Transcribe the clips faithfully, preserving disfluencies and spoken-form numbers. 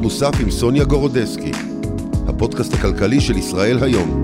מוסף עם סוניה גורודסקי, הפודקאסט הכלכלי של ישראל היום.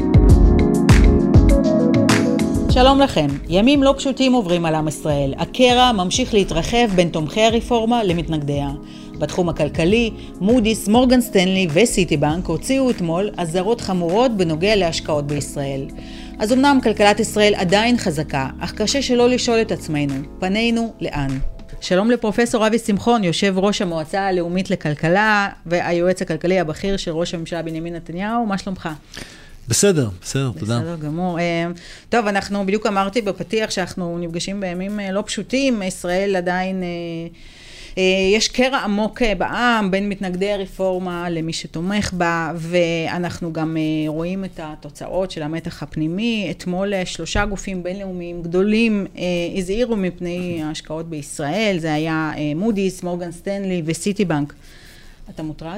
שלום לכם, ימים לא פשוטים עוברים על עם ישראל. הקרע ממשיך להתרחב בין תומכי הרפורמה למתנגדיה. בתחום הכלכלי, מודי'ס, מורגן סטנלי וסיטי בנק הוציאו אתמול אזהרות חמורות בנוגע להשקעות בישראל. אז אמנם כלכלת ישראל עדיין חזקה, אך קשה שלא לשאול את עצמנו, פנינו לאן? שלום לפרופסור אבי שמחון, יושב ראש המועצה הלאומית לכלכלה והיועץ הכלכלי הבכיר של ראש הממשלה בנימין נתניהו, מה שלומך? בסדר, בסדר, תודה. בסדר גמור. טוב, אנחנו בדיוק אמרתי בפתיח שאנחנו נפגשים בימים לא פשוטים, ישראל עדיין, יש קרע עמוק בעם בין מתנגדי הרפורמה למי שתומך בה, ואנחנו גם רואים את התוצאות של המתח הפנימי. אתמול שלושה גופים בינלאומיים גדולים הזהירו מפני ההשקעות בישראל, זה היה מודי'ס, מורגן סטנלי וסיטי בנק. אתה מוטרד?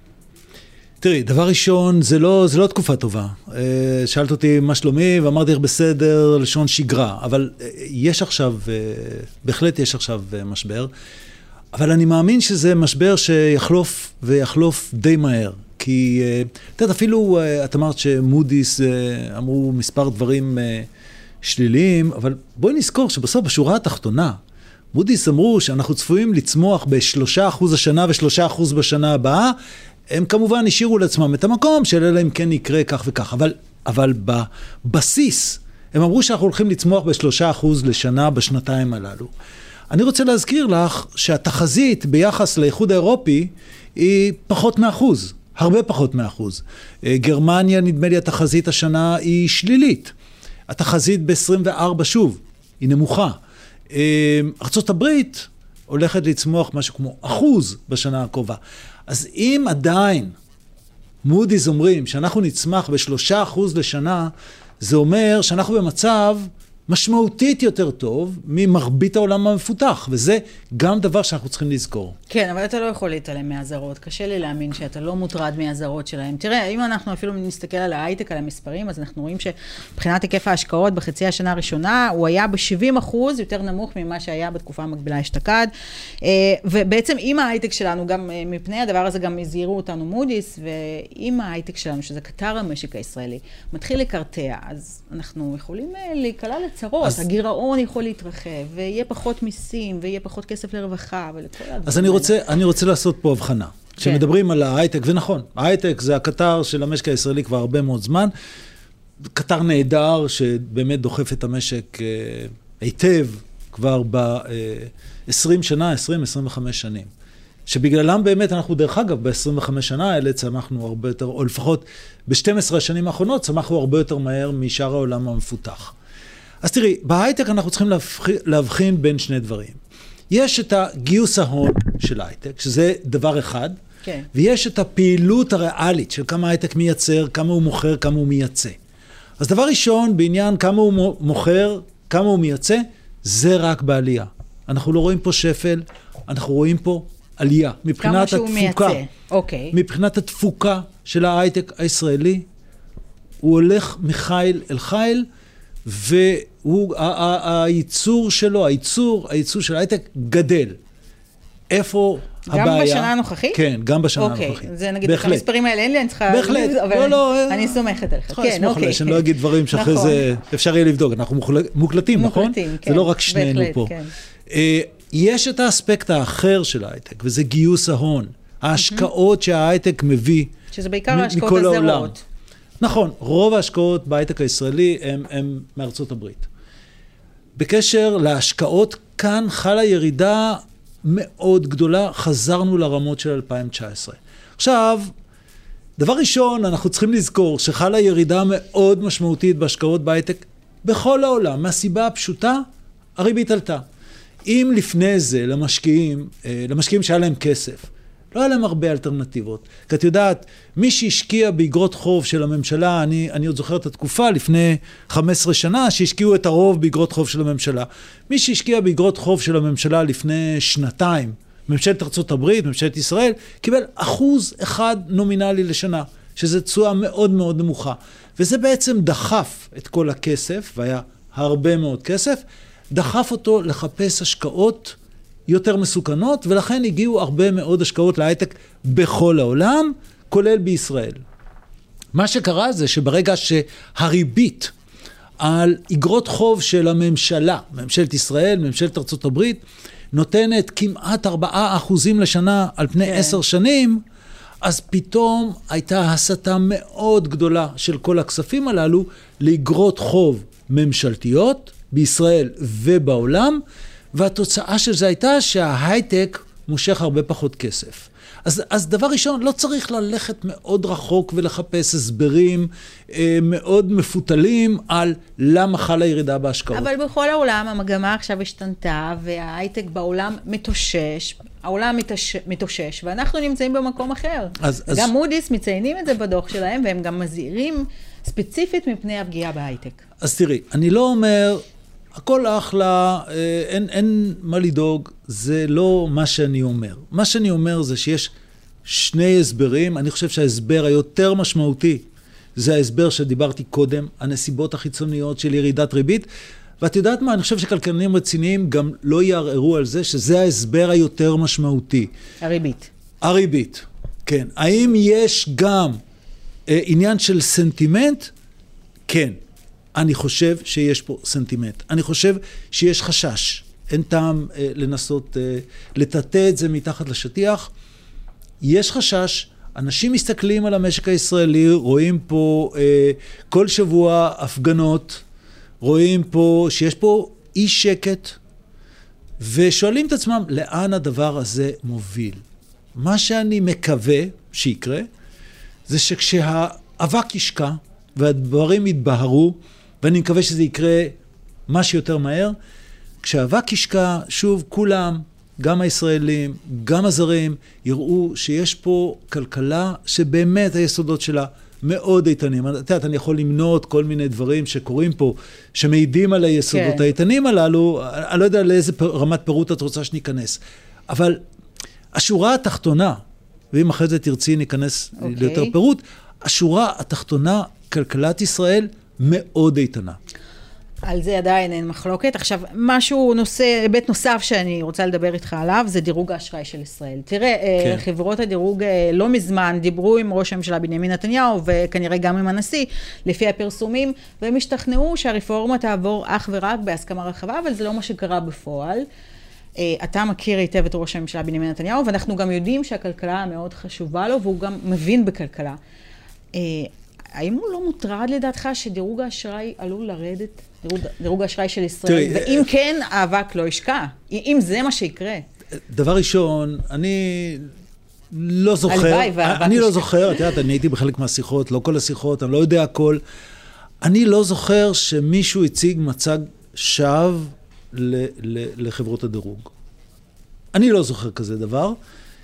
תראי, דבר ראשון, זה לא, זה לא תקופה טובה. שאלת אותי מה שלומי, ואמרתי איך בסדר, לשון שגרה. אבל יש עכשיו, בהחלט יש עכשיו משבר, אבל אני מאמין שזה משבר שיחלוף ויחלוף די מהר. כי, את יודעת, אפילו, את אמרת שמודי'ס אמרו מספר דברים שליליים, אבל בואי נזכור שבסוף בשורה התחתונה, מודי'ס אמרו שאנחנו צפויים לצמוח בשלושה אחוז השנה ושלושה אחוז בשנה הבאה, הם כמובן השאירו לעצמם את המקום של אלא אם כן יקרה כך וכך, אבל, אבל בבסיס הם אמרו שאנחנו הולכים לצמוח בשלושה אחוז לשנה בשנתיים הללו. אני רוצה להזכיר לך שהתחזית ביחס לאיחוד האירופי היא פחות מאחוז, הרבה פחות מאחוז. גרמניה, נדמה לי, התחזית השנה היא שלילית. התחזית ב-עשרים וארבע שוב, היא נמוכה. ארצות הברית הולכת לצמוח משהו כמו אחוז בשנה הקרובה. אז אם עדיין מודי'ס אומרים שאנחנו נצמח בשלושה אחוז לשנה, זה אומר שאנחנו במצב משמעותית יותר טוב ממרבית העולם המפותח, וזה גם דבר שאנחנו צריכים לזכור. כן, אבל אתה לא יכול להתעלם מהזרות. קשה לי להאמין שאתה לא מוטרד מהזרות שלהם. תראה, אם אנחנו אפילו נסתכל על ההייטק, על המספרים, אז אנחנו רואים שבחינת היקף ההשקעות בחצי השנה הראשונה, הוא היה ב-שבעים אחוז יותר נמוך ממה שהיה בתקופה המקבילה אשתקד. ובעצם עם ההייטק שלנו, גם מפני הדבר הזה גם הזהירו אותנו מודי'ס, ועם ההייטק שלנו, שזה קטר המשק הישראלי, מתחיל לקרטע, אז אנחנו יכולים להיקלע לצרות. אז הגירעון יכול להתרחב, ויהיה פחות מיסים, ויהיה פחות כסף לרווחה, ולכל הדברים. אז אני רוצה, אני רוצה לעשות פה הבחנה. כשמדברים על ההייטק, ונכון, ההייטק זה הקטר של המשק הישראלי כבר הרבה מאוד זמן, קטר נהדר שבאמת דוחף את המשק אה, היטב כבר ב-עשרים שנה, עשרים, עשרים וחמש שנים. שבגללם באמת אנחנו דרך אגב ב-עשרים וחמש שנה האלה צמחנו הרבה יותר, או לפחות ב-שתים עשרה השנים האחרונות צמחנו הרבה יותר מהר משאר העולם המפותח. אז תראי, בהייטק אנחנו צריכים להבחין בין שני דברים. יש את הגיוס ההון של ההייטק, שזה דבר אחד, כן. ויש את הפעילות הריאלית של כמה ההייטק מייצר, כמה הוא מוכר, כמה הוא מייצא. אז דבר ראשון, בעניין כמה הוא מוכר, כמה הוא מייצא, זה רק בעלייה. אנחנו לא רואים פה שפל, אנחנו רואים פה עלייה. מבחינת התפוקה, אוקיי. מבחינת התפוקה של ההייטק הישראלי, הוא הולך מחיל אל חיל, והוא, הייצור שלו, הייצור, הייצור של ההייטק גדל. איפה הבעיה? גם בשנה הנוכחית? כן, גם בשנה הנוכחית. אוקיי, זה נגיד, המספרים האלה אין לי, אני צריכה... בהחלט, אבל לא, לא. אני סומכת עליך. צריכה לסמוך עליי, שאני לא אגיד דברים שאחרי זה אפשר יהיה לבדוק. אנחנו מוקלטים, נכון? מוקלטים, כן. זה לא רק שנינו פה. יש את האספקט האחר של ההייטק, וזה גיוס ההון. ההשקעות שההייטק מביא מכל העולם. שזה בעיקר ההשקעות הזרות. נכון, רוב ההשקעות בהייטק הישראלי הם, הם מארצות הברית. בקשר להשקעות, כאן חלה ירידה מאוד גדולה, חזרנו לרמות של אלפיים תשע עשרה. עכשיו, דבר ראשון, אנחנו צריכים לזכור שחלה ירידה מאוד משמעותית בהשקעות בהייטק בכל העולם, מהסיבה הפשוטה, הריבית עלתה. אם לפני זה למשקיעים, למשקיעים שהיה להם כסף, לא היה להם הרבה אלטרנטיבות. כי את יודעת, מי שהשקיע באגרות חוב של הממשלה, אני, אני עוד זוכר את התקופה לפני חמש עשרה שנה, שהשקיעו את הרוב באגרות חוב של הממשלה. מי שהשקיע באגרות חוב של הממשלה לפני שנתיים, ממשלת ארצות הברית, ממשלת ישראל, קיבל אחוז אחד נומינלי לשנה, שזה תשואה מאוד מאוד נמוכה. וזה בעצם דחף את כל הכסף, והיה הרבה מאוד כסף, דחף אותו לחפש השקעות יותר מסוכנות, ולכן הגיעו הרבה מאוד השקעות להייטק בכל העולם, כולל בישראל. מה שקרה זה שברגע שהריבית על אגרות חוב של הממשלה, ממשלת ישראל, ממשלת ארצות הברית, נותנת כמעט ארבעה אחוזים לשנה על פני כן. עשר שנים, אז פתאום הייתה הסתה מאוד גדולה של כל הכספים הללו לאגרות חוב ממשלתיות בישראל ובעולם, והתוצאה של זה הייתה שההייטק מושך הרבה פחות כסף. אז, אז דבר ראשון, לא צריך ללכת מאוד רחוק ולחפש הסברים אה, מאוד מפותלים על למה חלה ירידה בהשקעות. אבל בכל העולם המגמה עכשיו השתנתה, וההייטק בעולם מתושש, העולם מתוש, מתושש, ואנחנו נמצאים במקום אחר. אז, גם אז... מודי'ס מציינים את זה בדוח שלהם, והם גם מזהירים ספציפית מפני הפגיעה בהייטק. אז תראי, אני לא אומר... הכל אחלה, אין, אין מה לדאוג, זה לא מה שאני אומר. מה שאני אומר זה שיש שני הסברים, אני חושב שההסבר היותר משמעותי, זה ההסבר שדיברתי קודם, הנסיבות החיצוניות של ירידת ריבית, ואת יודעת מה, אני חושב שכלכלנים רציניים גם לא יערערו על זה, שזה ההסבר היותר משמעותי. הריבית. הריבית, כן. האם יש גם אה, עניין של סנטימנט? כן. אני חושב שיש פה סנטימנט. אני חושב שיש חשש. אין טעם אה, לנסות אה, לטאטא את זה מתחת לשטיח. יש חשש. אנשים מסתכלים על המשק הישראלי, רואים פה אה, כל שבוע הפגנות, רואים פה שיש פה אי שקט, ושואלים את עצמם לאן הדבר הזה מוביל. מה שאני מקווה שיקרה, זה שכשהאבק ישקע והדברים יתבהרו, ואני מקווה שזה יקרה מה שיותר מהר, כשהאבק ישקע, שוב כולם, גם הישראלים, גם הזרים, יראו שיש פה כלכלה שבאמת היסודות שלה מאוד איתנים. את יודעת, אני יכול למנות כל מיני דברים שקורים פה, שמעידים על היסודות כן. האיתנים הללו, אני לא יודע לאיזה רמת פירוט את רוצה שניכנס. אבל השורה התחתונה, ואם אחרי זה תרצי ניכנס okay. ליותר פירוט, השורה התחתונה, כלכלת ישראל מאוד איתנה. על זה עדיין אין מחלוקת. עכשיו, משהו נושא, היבט נוסף שאני רוצה לדבר איתך עליו, זה דירוג האשראי של ישראל. תראה, כן. חברות הדירוג לא מזמן דיברו עם ראש הממשלה בנימין נתניהו, וכנראה גם עם הנשיא, לפי הפרסומים, והם השתכנעו שהרפורמה תעבור אך ורק בהסכמה רחבה, אבל זה לא מה שקרה בפועל. אתה מכיר היטב את ראש הממשלה בנימין נתניהו, ואנחנו גם יודעים שהכלכלה מאוד חשובה לו, והוא גם מבין בכלכלה. האם הוא לא מוטרד לדעתך שדירוג האשראי עלול לרדת? דירוג, דירוג האשראי של ישראל? תראי, ואם כן, האבק לא ישקע. אם זה מה שיקרה. דבר ראשון, אני לא זוכר. אני לא זוכר, את יודעת, אני הייתי בחלק מהשיחות, לא כל השיחות, אני לא יודע הכל. אני לא זוכר שמישהו הציג מצג שווא ל, ל, לחברות הדירוג. אני לא זוכר כזה דבר.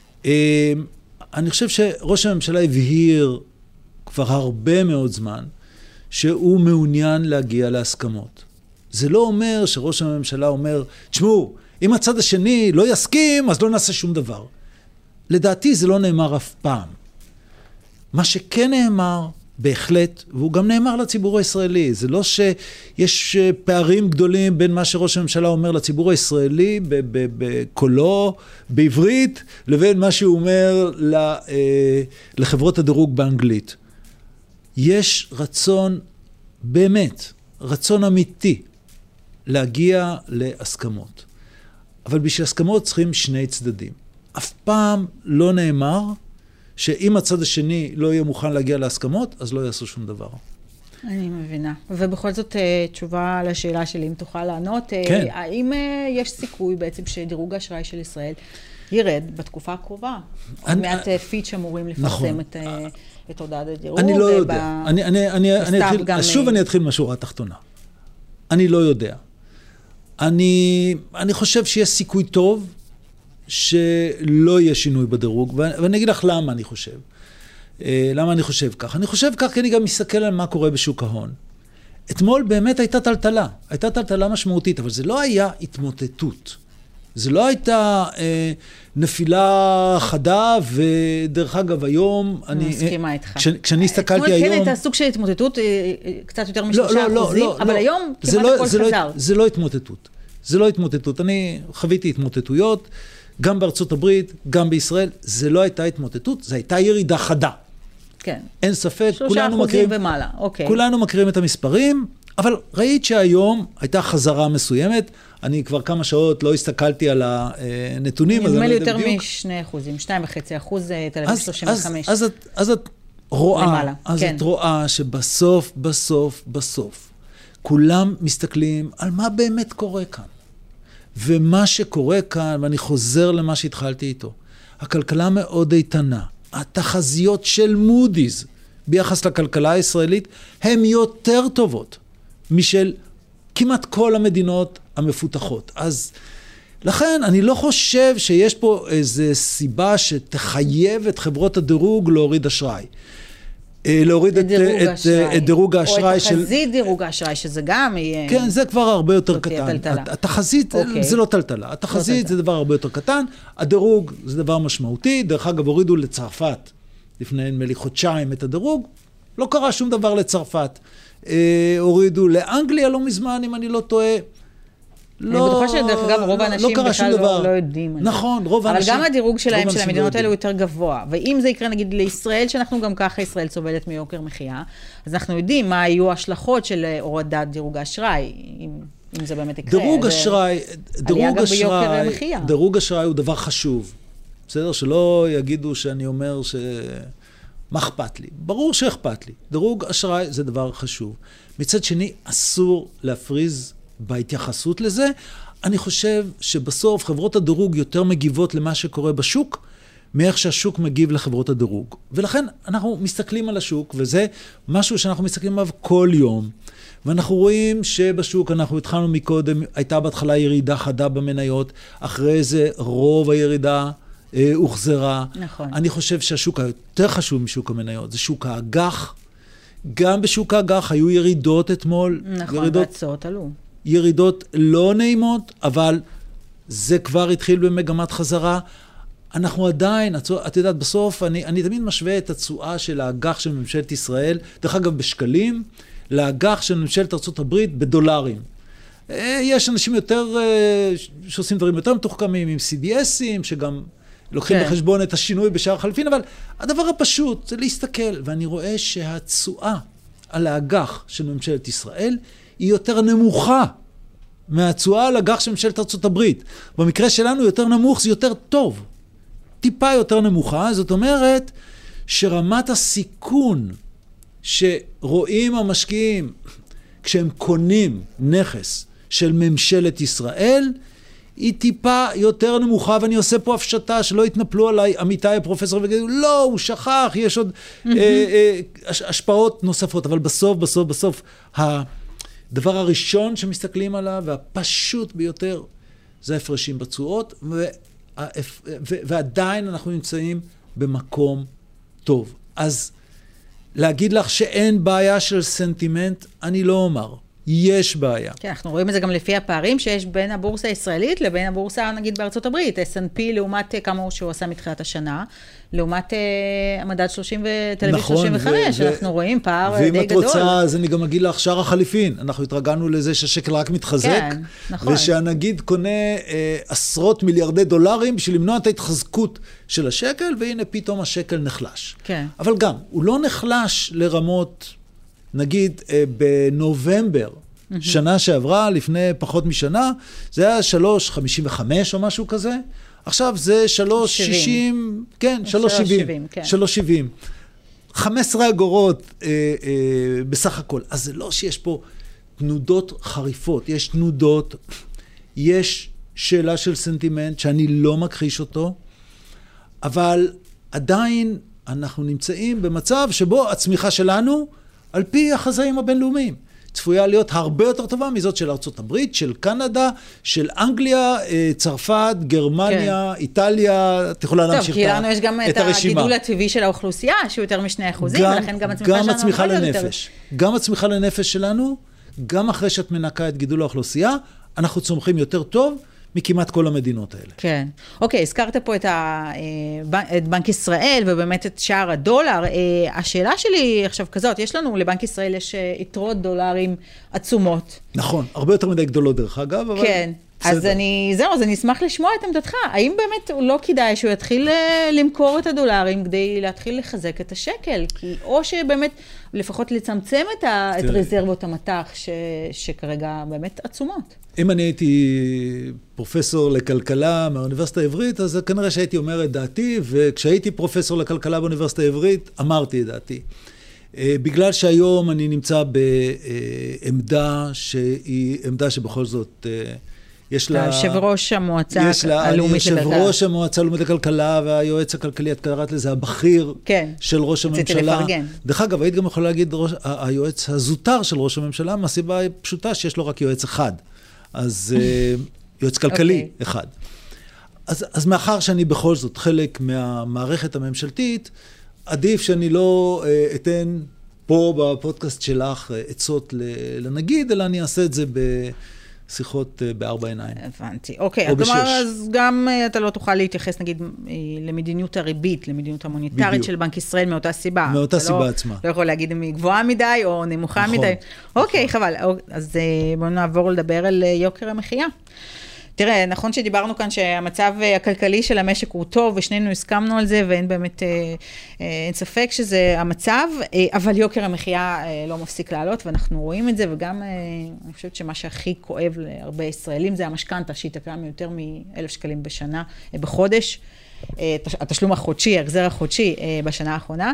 אני חושב שראש הממשלה הבהיר כבר הרבה מאוד זמן, שהוא מעוניין להגיע להסכמות. זה לא אומר שראש הממשלה אומר, תשמעו, אם הצד השני לא יסכים, אז לא נעשה שום דבר. לדעתי זה לא נאמר אף פעם. מה שכן נאמר, בהחלט, והוא גם נאמר לציבור הישראלי, זה לא שיש פערים גדולים בין מה שראש הממשלה אומר לציבור הישראלי, בקולו, בעברית, לבין מה שהוא אומר לחברות הדירוג באנגלית. יש רצון, באמת, רצון אמיתי, להגיע להסכמות. אבל בשביל הסכמות צריכים שני צדדים. אף פעם לא נאמר שאם הצד השני לא יהיה מוכן להגיע להסכמות, אז לא יעשו שום דבר. אני מבינה. ובכל זאת, תשובה לשאלה שלי, אם תוכל לענות, כן. האם יש סיכוי בעצם שדירוג האשראי של ישראל ירד בתקופה הקרובה? עוד מעט פיץ' אמורים לפרסם את... את הודעת הדירוג. אני לא יודע. אני, אני, אני, אני אתחיל, גם... שוב אני אתחיל מהשורה התחתונה. אני לא יודע. אני, אני חושב שיש סיכוי טוב שלא יהיה שינוי בדירוג, ואני אגיד לך למה אני חושב. למה אני חושב כך? אני חושב כך כי אני גם מסתכל על מה קורה בשוק ההון. אתמול באמת הייתה טלטלה. הייתה טלטלה משמעותית, אבל זה לא היה התמוטטות. זה לא הייתה אה, נפילה חדה, ודרך אגב היום, אני... מסכימה איתך. כש, כשאני הסתכלתי היום... אתמול כן הייתה סוג של התמוטטות, קצת יותר משלושה אחוזים, אבל היום כמעט הכל חזר. זה לא התמוטטות. זה לא התמוטטות. אני חוויתי התמוטטויות, גם בארצות הברית, גם בישראל. זה לא הייתה התמוטטות, זה הייתה ירידה חדה. כן. אין ספק, כולנו מכירים, ומעלה. אוקיי. כולנו מכירים את המספרים, אבל ראית שהיום הייתה חזרה מסוימת. אני כבר כמה שעות לא הסתכלתי על הנתונים. נדמה לי יותר משני אחוזים, שתיים וחצי אחוז, תל אביב שלושים וחמש. אז, אז, אז את רואה, למעלה, אז כן. את רואה שבסוף, בסוף, בסוף, כולם מסתכלים על מה באמת קורה כאן. ומה שקורה כאן, ואני חוזר למה שהתחלתי איתו, הכלכלה מאוד איתנה. התחזיות של מודי'ס ביחס לכלכלה הישראלית הן יותר טובות משל כמעט כל המדינות המפותחות. אז לכן אני לא חושב שיש פה איזו סיבה שתחייב את חברות הדירוג להוריד אשראי. להוריד את, את, את דירוג האשראי של... או את תחזית דירוג האשראי, שזה גם יהיה... כן, זה כבר הרבה יותר קטן. התחזית okay. זה לא טלטלה. התחזית לא זה דבר הרבה יותר קטן. הדירוג זה דבר משמעותי. דרך אגב, הורידו לצרפת לפני נדמה לי חודשיים את הדירוג. לא קרה שום דבר לצרפת. הורידו לאנגליה לא מזמן, אם אני לא טועה. אני בטוחה שדרך אגב רוב האנשים בכלל לא יודעים. נכון, רוב האנשים. אבל גם הדירוג שלהם של המדינות האלה הוא יותר גבוה. ואם זה יקרה נגיד לישראל, שאנחנו גם ככה ישראל סובלת מיוקר מחיה, אז אנחנו יודעים מה היו ההשלכות של הורדת דירוג האשראי, אם זה באמת יקרה. דירוג אשראי, דירוג אשראי, דירוג אשראי הוא דבר חשוב. בסדר? שלא יגידו שאני אומר ש... מה אכפת לי? ברור שאכפת לי. דירוג אשראי זה דבר חשוב. מצד שני, אסור להפריז בהתייחסות לזה. אני חושב שבסוף חברות הדירוג יותר מגיבות למה שקורה בשוק, מאיך שהשוק מגיב לחברות הדירוג. ולכן אנחנו מסתכלים על השוק, וזה משהו שאנחנו מסתכלים עליו כל יום. ואנחנו רואים שבשוק, אנחנו התחלנו מקודם, הייתה בהתחלה ירידה חדה במניות, אחרי זה רוב הירידה אה, הוחזרה. נכון. אני חושב שהשוק היותר חשוב משוק המניות, זה שוק האג"ח. גם בשוק האג"ח היו ירידות אתמול. נכון, ירידות, והצעות עלו. ירידות לא נעימות, אבל זה כבר התחיל במגמת חזרה. אנחנו עדיין, את יודעת, בסוף, אני, אני תמיד משווה את התשואה של האג"ח של ממשלת ישראל, דרך אגב בשקלים, לאג"ח של ממשלת ארצות הברית בדולרים. יש אנשים יותר, שעושים דברים יותר מתוחכמים, עם סי די אסים, שגם לוקחים כן. בחשבון את השינוי בשער החליפין, אבל הדבר הפשוט זה להסתכל, ואני רואה שהתשואה על האג"ח של ממשלת ישראל, היא יותר נמוכה מהתשואה על האג"ח של ממשלת ארצות הברית. במקרה שלנו יותר נמוך, זה יותר טוב. טיפה יותר נמוכה, זאת אומרת שרמת הסיכון שרואים המשקיעים כשהם קונים נכס של ממשלת ישראל, היא טיפה יותר נמוכה, ואני עושה פה הפשטה שלא יתנפלו עליי עמיתי הפרופסור ויגידו, לא, הוא שכח, יש עוד אה, אה, השפעות נוספות, אבל בסוף, בסוף, בסוף, הדבר הראשון שמסתכלים עליו, והפשוט ביותר, זה הפרשים בתשואות, ו... ועדיין אנחנו נמצאים במקום טוב. אז להגיד לך שאין בעיה של סנטימנט, אני לא אומר. יש בעיה. כן, אנחנו רואים את זה גם לפי הפערים שיש בין הבורסה הישראלית לבין הבורסה, נגיד, בארצות הברית. אס אנד פי לעומת כמה שהוא עשה מתחילת השנה, לעומת uh, המדד שלושים ותל אביב נכון, שלושים וחמש, ו- אנחנו רואים פער די גדול. ואם את רוצה, אז אני גם אגיד לך, שער החליפין. אנחנו התרגלנו לזה שהשקל רק מתחזק, כן, נכון. ושהנגיד קונה אה, עשרות מיליארדי דולרים בשביל למנוע את ההתחזקות של השקל, והנה פתאום השקל נחלש. כן. אבל גם, הוא לא נחלש לרמות, נגיד אה, בנובמבר, mm-hmm. שנה שעברה, לפני פחות משנה, זה היה שלוש חמישים וחמש או משהו כזה, עכשיו זה שלוש שישים, כן, שלוש שבעים, שלוש שבעים. חמש עשרה אגורות אה, אה, בסך הכל. אז זה לא שיש פה תנודות חריפות, יש תנודות, יש שאלה של סנטימנט שאני לא מכחיש אותו, אבל עדיין אנחנו נמצאים במצב שבו הצמיחה שלנו, על פי החזאים הבינלאומיים, צפויה להיות הרבה יותר טובה מזאת של ארצות הברית, של קנדה, של אנגליה, צרפת, גרמניה, כן. איטליה, את יכולה להמשיך את הרשימה. טוב, כי לנו יש גם את הגידול הטבעי של האוכלוסייה, שהוא יותר משני אחוזים, גם, ולכן גם הצמיחה גם שלנו הצמיחה לנפש. יותר... גם הצמיחה לנפש שלנו, גם אחרי שאת מנקה את גידול האוכלוסייה, אנחנו צומחים יותר טוב, מכמעט כל המדינות האלה. כן. אוקיי, הזכרת פה את, ה, את בנק ישראל, ובאמת את שער הדולר. השאלה שלי עכשיו כזאת, יש לנו, לבנק ישראל יש יתרות דולרים עצומות. נכון, הרבה יותר מדי גדולות דרך אגב, אבל... כן. אז אני, זהו, אז אני אשמח לשמוע את עמדתך. האם באמת הוא לא כדאי שהוא יתחיל למכור את הדולרים כדי להתחיל לחזק את השקל? כי, או שבאמת לפחות לצמצם את, ה, את רזרבות המטח ש, שכרגע באמת עצומות. אם אני הייתי פרופסור לכלכלה מהאוניברסיטה העברית, אז כנראה שהייתי אומר את דעתי, וכשהייתי פרופסור לכלכלה באוניברסיטה העברית, אמרתי את דעתי. בגלל שהיום אני נמצא בעמדה שהיא עמדה שבכל זאת יש לה... יושב ראש המועצה הלאומית לכלכלה. יושב ראש המועצה הלאומית לכלכלה, והיועץ הכלכלי, את קראת לזה, הבכיר כן. של ראש הממשלה. רציתי לפרגן. דרך אגב, היית גם יכולה להגיד ראש, היועץ הזוטר של ראש הממשלה, מהסיבה פשוטה שיש לו רק יועץ אחד. אז יועץ כלכלי okay. אחד. אז, אז מאחר שאני בכל זאת חלק מהמערכת הממשלתית, עדיף שאני לא אתן פה בפודקאסט שלך עצות לנגיד, אלא אני אעשה את זה בשיחות בארבע עיניים. הבנתי. אוקיי, זאת אומרת, אז גם אתה לא תוכל להתייחס, נגיד, למדיניות הריבית, למדיניות המוניטרית של בנק ישראל, מאותה סיבה. מאותה סיבה עצמה. לא יכול להגיד אם היא גבוהה מדי או נמוכה מדי. אוקיי, חבל. אז בואו נעבור לדבר על יוקר המחיה. תראה, נכון שדיברנו כאן שהמצב הכלכלי של המשק הוא טוב, ושנינו הסכמנו על זה, ואין באמת, אין ספק שזה המצב, אבל יוקר המחיה לא מפסיק לעלות, ואנחנו רואים את זה, וגם אני חושבת שמה שהכי כואב להרבה ישראלים, זה המשכנתא, שהיא תקרה מיותר מאלף שקלים בשנה, בחודש, התשלום החודשי, ההחזר החודשי בשנה האחרונה.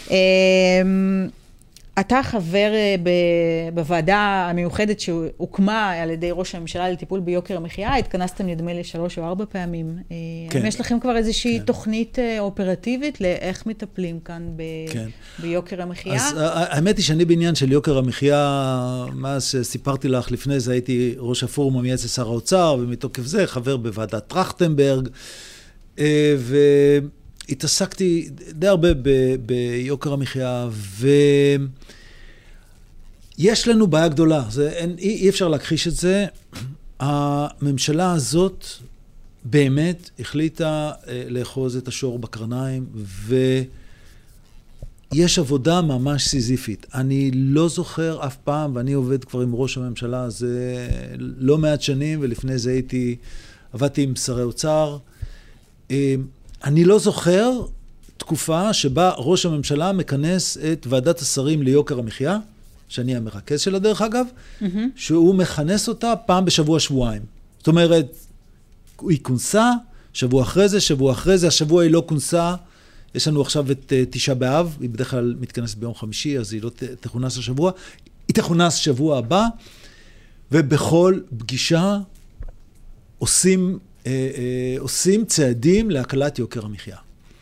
אתה חבר בוועדה המיוחדת שהוקמה על ידי ראש הממשלה לטיפול ביוקר המחיה, התכנסתם נדמה לי שלוש או ארבע פעמים. כן. יש לכם כבר איזושהי כן. תוכנית אופרטיבית לאיך מטפלים כאן ב... כן. ביוקר המחיה? אז האמת היא שאני בעניין של יוקר המחיה, מה שסיפרתי לך לפני זה, הייתי ראש הפורום המייעץ לשר האוצר, ומתוקף זה חבר בוועדת טרכטנברג, ו... התעסקתי די הרבה ב- ביוקר המחיה, ויש לנו בעיה גדולה, זה, אין, אי, אי אפשר להכחיש את זה. הממשלה הזאת באמת החליטה אה, לאחוז את השור בקרניים, ויש עבודה ממש סיזיפית. אני לא זוכר אף פעם, ואני עובד כבר עם ראש הממשלה הזה לא מעט שנים, ולפני זה הייתי, עבדתי עם שרי אוצר, אה, אני לא זוכר תקופה שבה ראש הממשלה מכנס את ועדת השרים ליוקר המחיה, שאני המרכז שלה דרך אגב, mm-hmm. שהוא מכנס אותה פעם בשבוע שבועיים. זאת אומרת, היא כונסה, שבוע אחרי זה, שבוע אחרי זה, השבוע היא לא כונסה, יש לנו עכשיו את uh, תשעה באב, היא בדרך כלל מתכנסת ביום חמישי, אז היא לא ת, תכונס השבוע, היא תכונס שבוע הבא, ובכל פגישה עושים... עושים צעדים להקלת יוקר המחיה.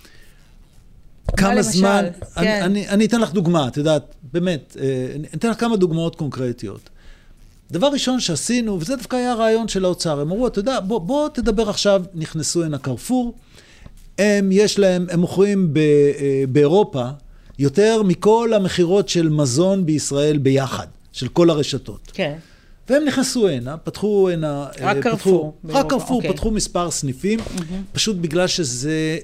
כמה זמן, אני, אני אתן לך דוגמה, את יודעת, באמת, אני אתן לך כמה דוגמאות קונקרטיות. דבר ראשון שעשינו, וזה דווקא היה הרעיון של האוצר, הם אמרו, אתה יודע, בוא, בוא תדבר עכשיו, נכנסו הנה קרפור, הם יש להם, הם מוכרים באירופה, יותר מכל המחירות של מזון בישראל ביחד, של כל הרשתות. כן. והם נכנסו הנה, פתחו הנה... רק קרפור. רק קרפור, פתחו מספר סניפים, פשוט בגלל שזה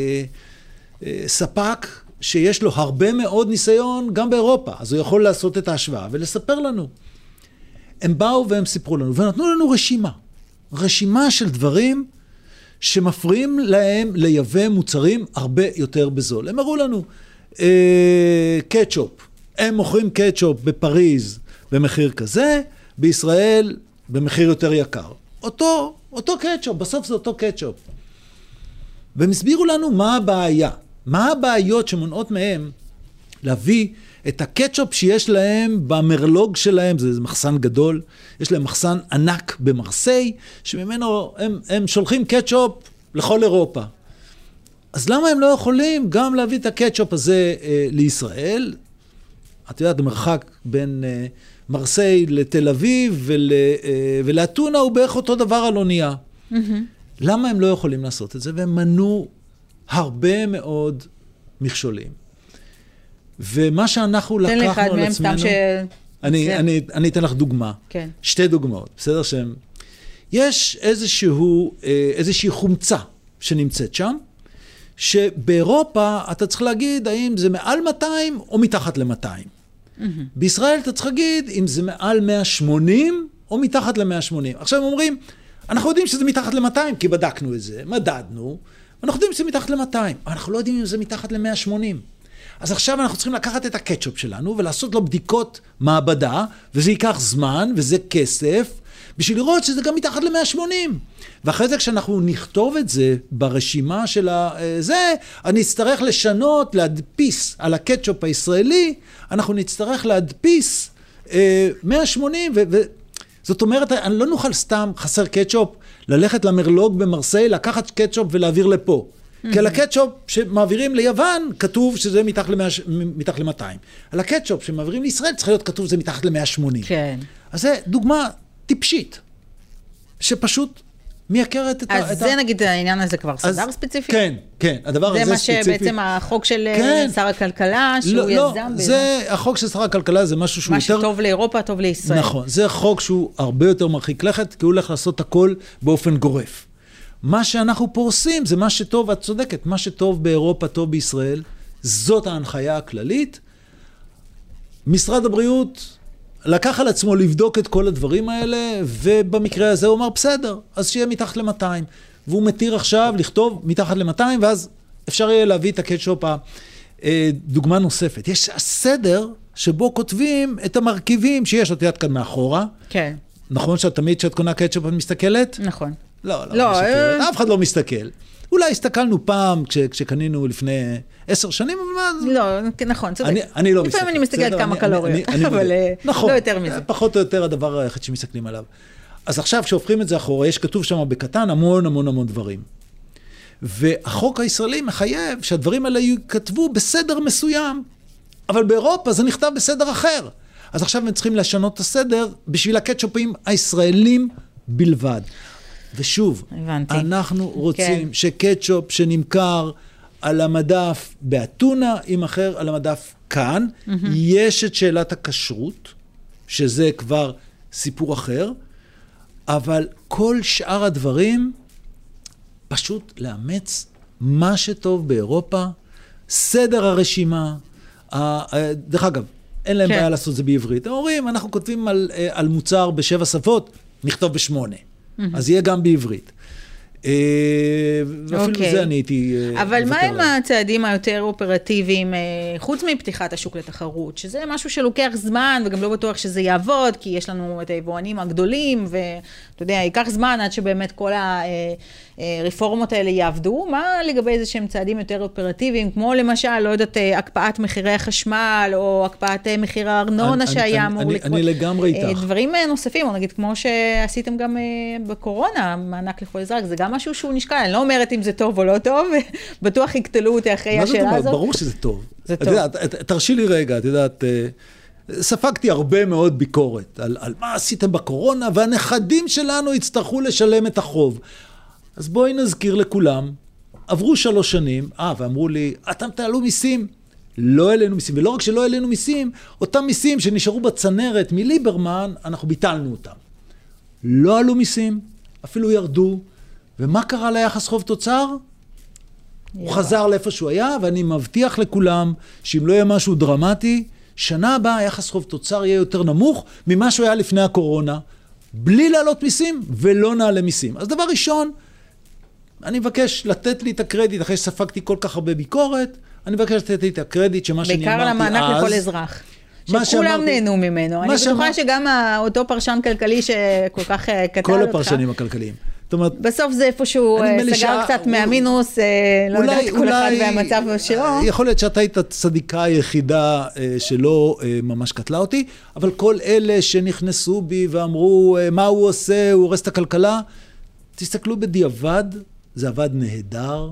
ספק שיש לו הרבה מאוד ניסיון גם באירופה, אז הוא יכול לעשות את ההשוואה ולספר לנו. הם באו והם סיפרו לנו, ונתנו לנו רשימה. רשימה של דברים שמפריעים להם לייבא מוצרים הרבה יותר בזול. הם הראו לנו קטשופ. הם מוכרים קטשופ בפריז במחיר כזה, בישראל במחיר יותר יקר. אותו, אותו קטשופ, בסוף זה אותו קטשופ. והם הסבירו לנו מה הבעיה, מה הבעיות שמונעות מהם להביא את הקטשופ שיש להם במרלוג שלהם, זה מחסן גדול, יש להם מחסן ענק במרסיי, שממנו הם, הם שולחים קטשופ לכל אירופה. אז למה הם לא יכולים גם להביא את הקטשופ הזה אה, לישראל? את יודעת, המרחק בין... אה, מרסיי לתל אביב ול, ולאתונה הוא בערך אותו דבר על אונייה. Mm-hmm. למה הם לא יכולים לעשות את זה? והם מנו הרבה מאוד מכשולים. ומה שאנחנו לקחנו על עצמנו... ש... אני, אני, אני אתן לך דוגמה. כן. שתי דוגמאות, בסדר שהם... יש איזשהו, איזושהי חומצה שנמצאת שם, שבאירופה אתה צריך להגיד האם זה מעל מאתיים או מתחת ל-מאתיים. Mm-hmm. בישראל אתה צריך להגיד אם זה מעל מאה ושמונים או מתחת ל-מאה ושמונים. עכשיו הם אומרים, אנחנו יודעים שזה מתחת ל-מאתיים, כי בדקנו את זה, מדדנו, ואנחנו יודעים שזה מתחת ל-מאתיים, אבל אנחנו לא יודעים אם זה מתחת ל-מאה ושמונים. אז עכשיו אנחנו צריכים לקחת את הקטשופ שלנו, ולעשות לו בדיקות מעבדה, וזה ייקח זמן, וזה כסף, בשביל לראות שזה גם מתחת ל-מאה ושמונים. ואחרי זה כשאנחנו נכתוב את זה ברשימה של זה, אני אצטרך לשנות, להדפיס על הקטשופ הישראלי, אנחנו נצטרך להדפיס אה, מאה ושמונים, ו... ו- זאת אומרת, אני לא נוכל סתם חסר קטשופ, ללכת למרלוג במרסיי, לקחת קטשופ ולהעביר לפה. Mm-hmm. כי על הקטשופ שמעבירים ליוון, כתוב שזה מתחת ל-מאתיים. על הקטשופ שמעבירים לישראל, צריך להיות כתוב שזה מתחת ל-מאה ושמונים. כן. אז זה דוגמה טיפשית, שפשוט מייקרת את ה... אז זה נגיד העניין הזה כבר סדר ספציפי? כן, כן, הדבר הזה ספציפי. זה מה שבעצם החוק של שר הכלכלה, שהוא יזם. לא, זה, החוק של שר הכלכלה זה משהו שהוא יותר... מה שטוב לאירופה, טוב לישראל. נכון, זה חוק שהוא הרבה יותר מרחיק לכת, כי הוא הולך לעשות הכל באופן גורף. מה שאנחנו פה עושים זה מה שטוב, את צודקת, מה שטוב באירופה, טוב בישראל, זאת ההנחיה הכללית. משרד הבריאות לקח על עצמו לבדוק את כל הדברים האלה, ובמקרה הזה הוא אמר, בסדר, אז שיהיה מתחת ל-מאתיים. והוא מתיר עכשיו לכתוב מתחת ל-מאתיים, ואז אפשר יהיה להביא את הקטשופ דוגמה נוספת. יש הסדר שבו כותבים את המרכיבים שיש, את יודעת כאן מאחורה. כן. נכון שאת תמיד שאת קונה קטשופ את מסתכלת? נכון. לא, לא, לא מסתכלת. אף אחד לא מסתכל. אולי הסתכלנו פעם כש, כשקנינו לפני עשר שנים, אבל... לא, נכון, צודק. אני, אני לא לפעמים אני מסתכלת כמה קלוריות, אבל נכון, לא יותר מזה. פחות או יותר הדבר היחיד שמסתכלים עליו. אז עכשיו כשהופכים את זה אחורה, יש כתוב שם בקטן המון המון המון דברים. והחוק הישראלי מחייב שהדברים האלה כתבו בסדר מסוים, אבל באירופה זה נכתב בסדר אחר. אז עכשיו הם צריכים לשנות את הסדר בשביל הקטשופים הישראלים בלבד. ושוב, הבנתי. אנחנו רוצים כן. שקטשופ שנמכר על המדף באתונה, עם אחר על המדף כאן, mm-hmm. יש את שאלת הכשרות, שזה כבר סיפור אחר, אבל כל שאר הדברים, פשוט לאמץ מה שטוב באירופה, סדר הרשימה, דרך אגב, אין להם כן. בעיה לעשות זה בעברית. הם אומרים, אנחנו כותבים על, על מוצר בשבע שפות, נכתוב בשמונה. אז יהיה גם בעברית. ואפילו זה אני הייתי... אבל מה עם הצעדים היותר אופרטיביים, חוץ מפתיחת השוק לתחרות, שזה משהו שלוקח זמן, וגם לא בטוח שזה יעבוד, כי יש לנו את היבואנים הגדולים, ואתה יודע, ייקח זמן עד שבאמת כל הרפורמות האלה יעבדו. מה לגבי איזה שהם צעדים יותר אופרטיביים, כמו למשל, לא יודעת, הקפאת מחירי החשמל, או הקפאת מחיר הארנונה שהיה אמור לקרות. אני לגמרי איתך. דברים נוספים, או נגיד, כמו שעשיתם גם בקורונה, מענק לכל אזרח, זה גם משהו שהוא נשקל. אני לא אומרת אם זה טוב או לא טוב, בטוח יקטלו אותי אחרי השאלה הזאת. ברור שזה טוב. זה טוב. תרשי לי רגע, את יודעת, ספגתי הרבה מאוד ביקורת על, על מה עשיתם בקורונה, והנכדים שלנו יצטרכו לשלם את החוב. אז בואי נזכיר לכולם, עברו שלוש שנים, אה, ואמרו לי, אתם תעלו מיסים. לא העלינו מיסים, ולא רק שלא העלינו מיסים, אותם מיסים שנשארו בצנרת מליברמן, אנחנו ביטלנו אותם. לא עלו מיסים, אפילו ירדו, ומה קרה ליחס חוב תוצר? הוא חזר לאיפה שהוא היה, ואני מבטיח לכולם שאם לא יהיה משהו דרמטי, שנה הבאה היחס חוב תוצר יהיה יותר נמוך ממה שהוא היה לפני הקורונה, בלי לעלות מיסים ולא נעלה מיסים. אז דבר ראשון, אני מבקש לתת לי את הקרדיט, אחרי שספגתי כל כך הרבה ביקורת, אני מבקש לתת לי את הקרדיט שמה שאני אמרתי אז... בעיקר למענק לכל אזרח. שכולם נהנו ממנו. אני בטוחה שגם אותו פרשן כלכלי שכל כך קטל אותך. כל הפרשנים הכלכליים. בסוף זה איפשהו סגר קצת מהמינוס, לא יודעת כל אחד והמצב שלו. יכול להיות שאתה היית הצדיקה היחידה שלא ממש קטלה אותי, אבל כל אלה שנכנסו בי ואמרו מה הוא עושה, הוא הורס את הכלכלה, תסתכלו בדיעבד, זה עבד נהדר,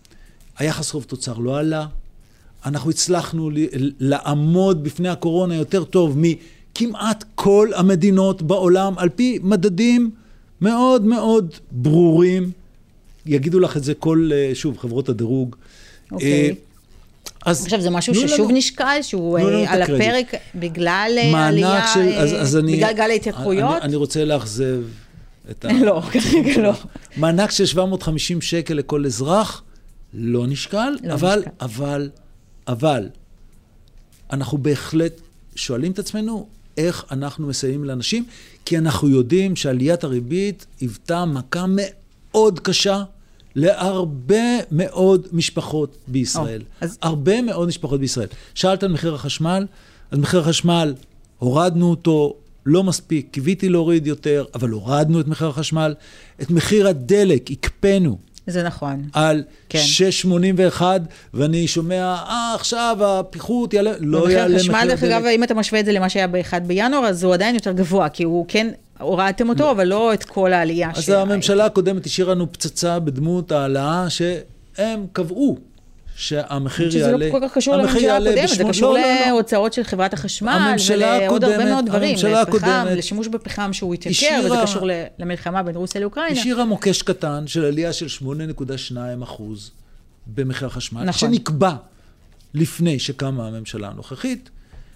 היחס חוב תוצר לא עלה, אנחנו הצלחנו לעמוד בפני הקורונה יותר טוב מכמעט כל המדינות בעולם, על פי מדדים מאוד מאוד ברורים, יגידו לך את זה כל, שוב, חברות הדירוג. אוקיי. אז עכשיו זה משהו ששוב נשקל, שהוא על הפרק בגלל עלייה, בגלל גל ההתייקרויות? אני רוצה לאכזב את ה... לא, כרגע לא. מענק של שבע מאות וחמישים שקל לכל אזרח, לא נשקל, אבל, אבל, אבל, אנחנו בהחלט שואלים את עצמנו, איך אנחנו מסייעים לאנשים, כי אנחנו יודעים שעליית הריבית היוותה מכה מאוד קשה להרבה מאוד משפחות בישראל. Oh, אז... הרבה מאוד משפחות בישראל. שאלת על מחיר החשמל, אז מחיר החשמל, הורדנו אותו, לא מספיק, קיוויתי להוריד יותר, אבל הורדנו את מחיר החשמל. את מחיר הדלק, הקפנו. זה נכון. על כן. שש שמונים ואחת, ואני שומע, אה, עכשיו הפיחות יעלה, לא יעלה מחיר חשמל, דרך אגב, אם אתה משווה את זה למה שהיה ב-אחד בינואר, אז הוא עדיין יותר גבוה, כי הוא כן, הורדתם אותו, לא. אבל לא את כל העלייה. אז הממשלה הקודמת השאירה לנו פצצה בדמות העלאה, שהם קבעו שהמחיר יעלה. שזה לא כל כך קשור לממשלה הקודמת, זה קשור להוצאות של חברת החשמל, ולעוד הרבה מאוד דברים, לפחם, לשימוש בפחם שהוא התייקר, וזה קשור למלחמה בין רוסיה לאוקראינה. השאירה מוקש קטן של עלייה של שמונה נקודה שתיים אחוז במחיר החשמל, שנקבע לפני שקמה הממשלה הנוכחית.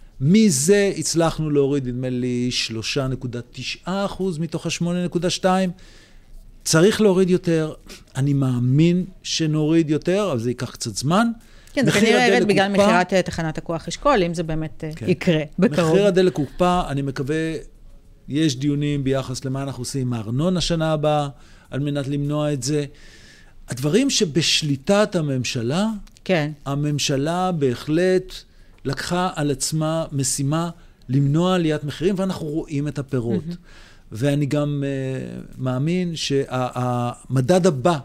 מזה הצלחנו להוריד, נדמה לי, שלוש נקודה תשע אחוז מתוך ה-שמונה נקודה שתיים. צריך להוריד יותר, אני מאמין שנוריד יותר, אבל זה ייקח קצת זמן. כן, זה כנראה ירד בגלל מחירת תחנת הכוח אשכול, אם זה באמת יקרה בקרוב. מחיר הדלק הוקפא, אני מקווה, יש דיונים ביחס למה אנחנו עושים עם הארנונה השנה הבאה, על מנת למנוע את זה. הדברים שבשליטת הממשלה, כן. הממשלה בהחלט לקחה על עצמה משימה למנוע עליית מחירים, ואנחנו רואים את הפירות. ואני גם uh, מאמין שהמדד הבא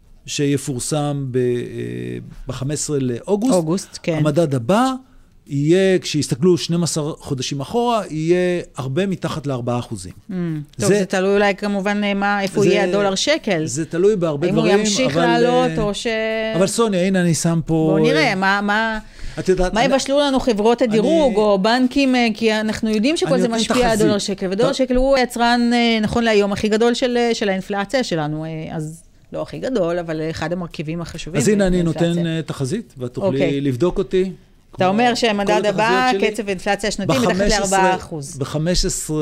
שיפורסם ב-חמישה עשר לאוגוסט, אוגוסט, כן. המדד הבא יהיה, כשיסתכלו שנים עשר חודשים אחורה, יהיה הרבה מתחת לארבעה אחוזים. Mm, טוב, זה, זה תלוי אולי כמובן מה, איפה זה, יהיה הדולר שקל. זה תלוי בהרבה האם דברים. האם הוא ימשיך אבל, לעלות או ש... אבל סוניה, הנה אני שם פה... בואו נראה, מה... מה... יודעת, מה יבשלו לנו חברות הדירוג אני, או בנקים, כי אנחנו יודעים שכל זה משפיע על דולר שקל, ודולר שקל הוא היצרן, נכון להיום, הכי גדול של, של האינפלציה שלנו, אז לא הכי גדול, אבל אחד המרכיבים החשובים. אז הנה אני נותן תחזית, ואת תוכלי לבדוק אותי. אתה אומר שהמדד הבא, קצב האינפלציה השנתי, מתחת ל-ארבעה אחוז. ב-חמישה עשר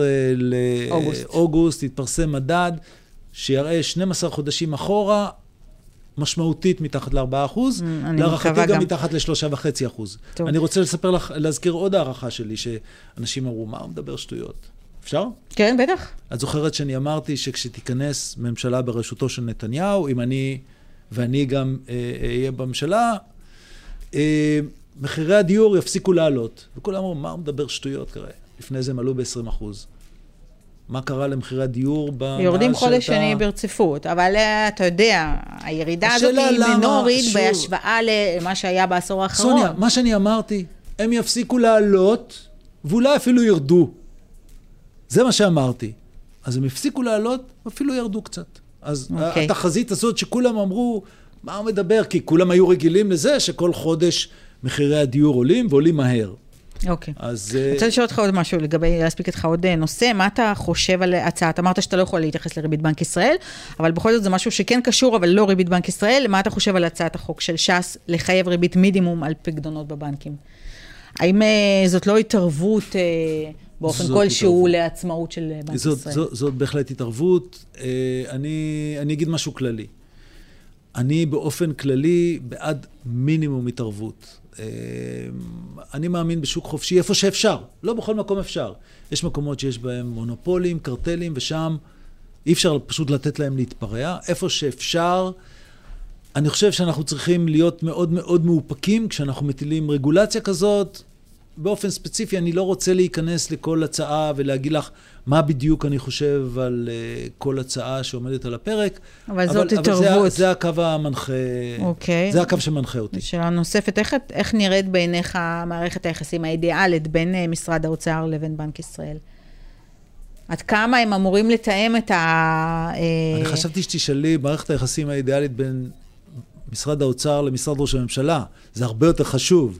לאוגוסט התפרסם מדד שיראה שנים עשר חודשים אחורה, משמעותית מתחת ל-ארבעה אחוז, להערכתי גם מתחת ל-שלושה וחצי אחוז. אני רוצה לספר לך, להזכיר עוד הערכה שלי, שאנשים אמרו, מה הוא מדבר שטויות? אפשר? כן, בטח. את זוכרת שאני אמרתי שכשתיכנס ממשלה בראשותו של נתניהו, אם אני, ואני גם אהיה בממשלה, מחירי הדיור יפסיקו לעלות. וכולם אמרו, מה הוא מדבר שטויות כרגע? לפני זה הם עלו ב-עשרים אחוז. מה קרה למחירי הדיור? יורדים חודש שני ברציפות, אבל אתה יודע, הירידה הזאת היא מינורית בהשוואה למה שהיה בעשור האחרון. סוניה, מה שאני אמרתי, הם יפסיקו לעלות, ואולי אפילו ירדו. זה מה שאמרתי. אז הם יפסיקו לעלות, ואפילו ירדו קצת. אז okay. התחזית הזאת שכולם אמרו, מה הוא מדבר? כי כולם היו רגילים לזה שכל חודש מחירי הדיור עולים, ועולים מהר. אוקיי. אז... אני רוצה לשאול אותך עוד משהו לגבי, להספיק איתך עוד נושא, מה אתה חושב על הצעת? אמרת שאתה לא יכול להתייחס לריבית בנק ישראל, אבל בכל זאת זה משהו שכן קשור, אבל לא ריבית בנק ישראל, מה אתה חושב על הצעת החוק של ש"ס לחייב ריבית מינימום על פקדונות בבנקים? האם זאת לא התערבות באופן כלשהו לעצמאות של בנק זאת, ישראל? זאת, זאת בהחלט התערבות. אני, אני אגיד משהו כללי. אני באופן כללי בעד מינימום התערבות. אני מאמין בשוק חופשי, איפה שאפשר. לא בכל מקום אפשר. יש מקומות שיש בהם מונופולים, קרטלים, ושם אי אפשר פשוט לתת להם להתפרע. איפה שאפשר, אני חושב שאנחנו צריכים להיות מאוד מאוד מאופקים כשאנחנו מטילים רגולציה כזאת. באופן ספציפי, אני לא רוצה להיכנס לכל הצעה ולהגיד לך מה בדיוק אני חושב על uh, כל הצעה שעומדת על הפרק. אבל זאת התערבות. אבל זה, זה הקו המנחה, אוקיי. זה הקו שמנחה אותי. שאלה נוספת, איך, איך נראית בעיניך מערכת היחסים האידיאלית בין uh, משרד האוצר לבין בנק ישראל? עד כמה הם אמורים לתאם את ה... אני חשבתי שתשאלי, מערכת היחסים האידיאלית בין משרד האוצר למשרד ראש הממשלה. זה הרבה יותר חשוב.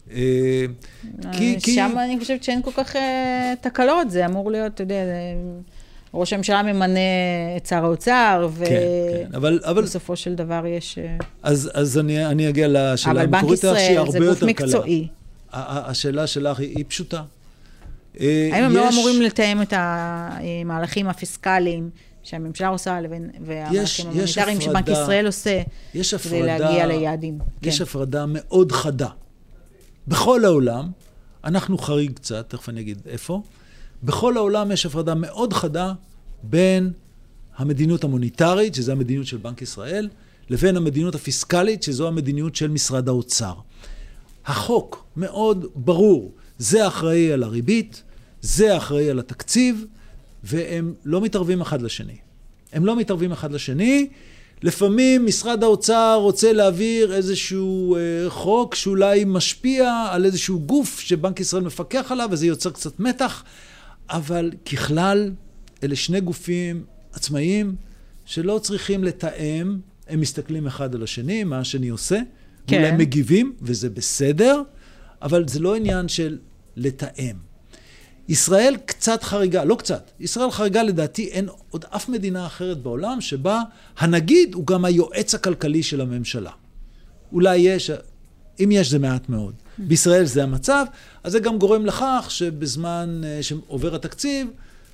שם אני חושבת שאין כל כך תקלות, זה אמור להיות, אתה יודע, ראש הממשלה ממנה את שר האוצר, ובסופו של דבר יש... אז אני אגיע לשאלה המקורית לך, שהיא הרבה יותר קלה. אבל בנק ישראל זה גוף מקצועי. השאלה שלך היא פשוטה. האם הם לא אמורים לתאם את המהלכים הפיסקליים שהממשלה עושה, והמהלכים המוניטריים שבנק ישראל עושה, כדי להגיע ליעדים? יש הפרדה מאוד חדה. בכל העולם, אנחנו חריג קצת, תכף אני אגיד איפה, בכל העולם יש הפרדה מאוד חדה בין המדיניות המוניטרית, שזו המדיניות של בנק ישראל, לבין המדיניות הפיסקלית, שזו המדיניות של משרד האוצר. החוק מאוד ברור, זה אחראי על הריבית, זה אחראי על התקציב, והם לא מתערבים אחד לשני. הם לא מתערבים אחד לשני, לפעמים משרד האוצר רוצה להעביר איזשהו אה, חוק שאולי משפיע על איזשהו גוף שבנק ישראל מפקח עליו, וזה יוצר קצת מתח, אבל ככלל, אלה שני גופים עצמאיים שלא צריכים לתאם, הם מסתכלים אחד על השני, מה השני עושה, כן. ואולי מגיבים, וזה בסדר, אבל זה לא עניין של לתאם. ישראל קצת חריגה, לא קצת, ישראל חריגה לדעתי, אין עוד אף מדינה אחרת בעולם שבה הנגיד הוא גם היועץ הכלכלי של הממשלה. אולי יש, אם יש זה מעט מאוד. בישראל זה המצב, אז זה גם גורם לכך שבזמן שעובר התקציב,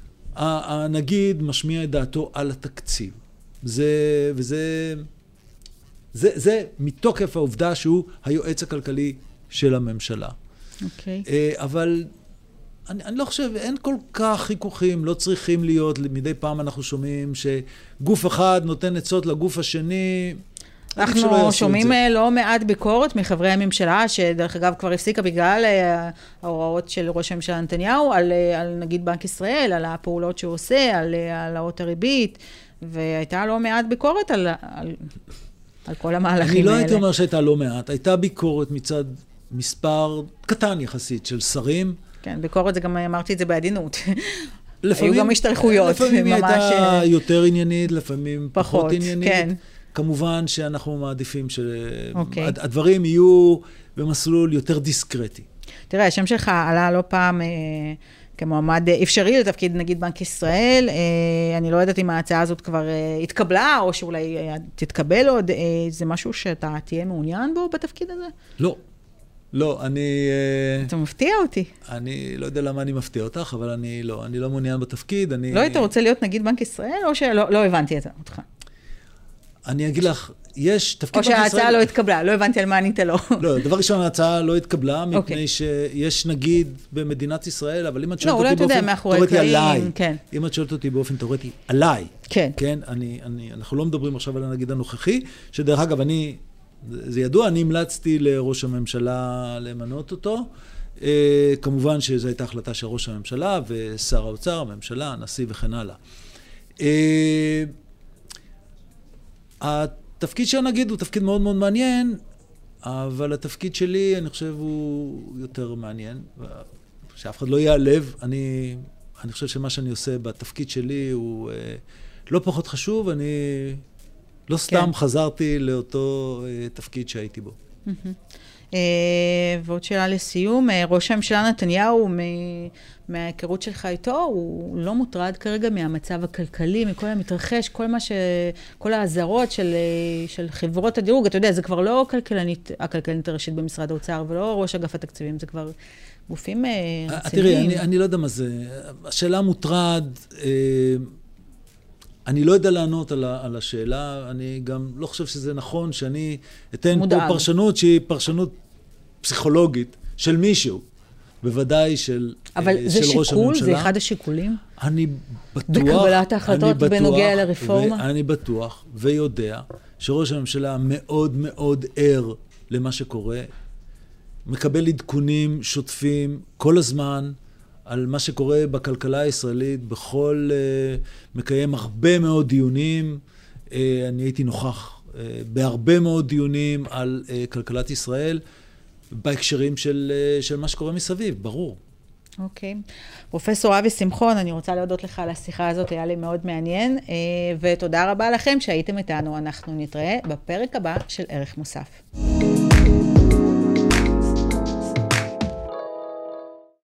הנגיד משמיע את דעתו על התקציב. זה, וזה, זה, זה מתוקף העובדה שהוא היועץ הכלכלי של הממשלה. אוקיי. אבל אני, אני לא חושב, אין כל כך חיכוכים, לא צריכים להיות, מדי פעם אנחנו שומעים שגוף אחד נותן עצות לגוף השני. אנחנו שומעים לא מעט ביקורת מחברי הממשלה, שדרך אגב כבר הפסיקה בגלל ההוראות של ראש הממשלה נתניהו, על, על נגיד בנק ישראל, על הפעולות שהוא עושה, על העלאות הריבית, והייתה לא מעט ביקורת על, על, על כל המהלכים האלה. אני לא הייתי אומר שהייתה לא מעט, הייתה ביקורת מצד מספר קטן יחסית של שרים. כן, ביקורת זה גם, אמרתי את זה בעדינות. היו גם השתלחויות. לפעמים היא הייתה יותר עניינית, לפעמים פחות, פחות עניינית. כן. כמובן שאנחנו מעדיפים שהדברים okay. יהיו במסלול יותר דיסקרטי. תראה, השם שלך עלה לא פעם אה, כמועמד אפשרי לתפקיד נגיד בנק ישראל. אה, אני לא יודעת אם ההצעה הזאת כבר אה, התקבלה, או שאולי אה, תתקבל עוד. אה, זה משהו שאתה תהיה מעוניין בו בתפקיד הזה? לא. לא, אני... אתה מפתיע אותי. אני לא יודע למה אני מפתיע אותך, אבל אני לא, אני לא מעוניין בתפקיד. אני... לא היית רוצה להיות נגיד בנק ישראל, או שלא לא הבנתי את זה אותך? אני אגיד לך, יש תפקיד בנק ישראל... או שההצעה ישראל... לא התקבלה, לא הבנתי על מה ענית לו. לא, דבר ראשון, ההצעה לא התקבלה, מפני שיש נגיד במדינת ישראל, אבל אם את שואלת אותי באופן תיאורטי עליי, אם את שואלת אותי באופן תיאורטי עליי, כן, אנחנו לא מדברים עכשיו על הנגיד הנוכחי, שדרך אגב, אני, זה ידוע, אני המלצתי לראש הממשלה למנות אותו, כמובן שזו הייתה החלטה של ראש הממשלה ושר האוצר, הממשלה, הנשיא וכן הלאה. התפקיד שנגיד הוא תפקיד מאוד מאוד מעניין, אבל התפקיד שלי, אני חושב, הוא יותר מעניין. שאף אחד לא ייעלב. אני, אני חושב שמה שאני עושה בתפקיד שלי הוא אה, לא פחות חשוב. אני לא סתם כן. חזרתי לאותו אה, תפקיד שהייתי בו. אה, ועוד שאלה לסיום, ראש הממשלה נתניהו, מההיכרות שלך איתו, הוא לא מוטרד כרגע מהמצב הכלכלי, מכל המתרחש, כל מה ש... כל העזרות של, של חברות הדירוג, אתה יודע, זה כבר לא כלכלנית, הכלכלנית הראשית במשרד האוצר, ולא ראש אגף התקציבים, זה כבר גופים רציניים. תראי, אני, אני לא יודע מה זה. השאלה מוטרד, אני לא יודע לענות על, ה, על השאלה, אני גם לא חושב שזה נכון שאני אתן מודאג. פה פרשנות שהיא פרשנות פסיכולוגית של מישהו. בוודאי של, אבל של זה ראש שיקול? הממשלה. זה אחד השיקולים? אני בטוח... בקבלת ההחלטות בנוגע לרפורמה? אני בטוח ויודע שראש הממשלה מאוד מאוד ער למה שקורה, מקבל עדכונים שוטפים כל הזמן על מה שקורה בכלכלה הישראלית, בכל... מקיים הרבה מאוד דיונים, אני הייתי נוכח בהרבה מאוד דיונים על כלכלת ישראל, בהקשרים של, של מה שקורה מסביב, ברור. אוקיי. פרופסור אבי שמחון, אני רוצה להודות לך על השיחה הזאת, היה לי מאוד מעניין, ותודה רבה לכם שהייתם איתנו, אנחנו נתראה בפרק הבא של ערך מוסף.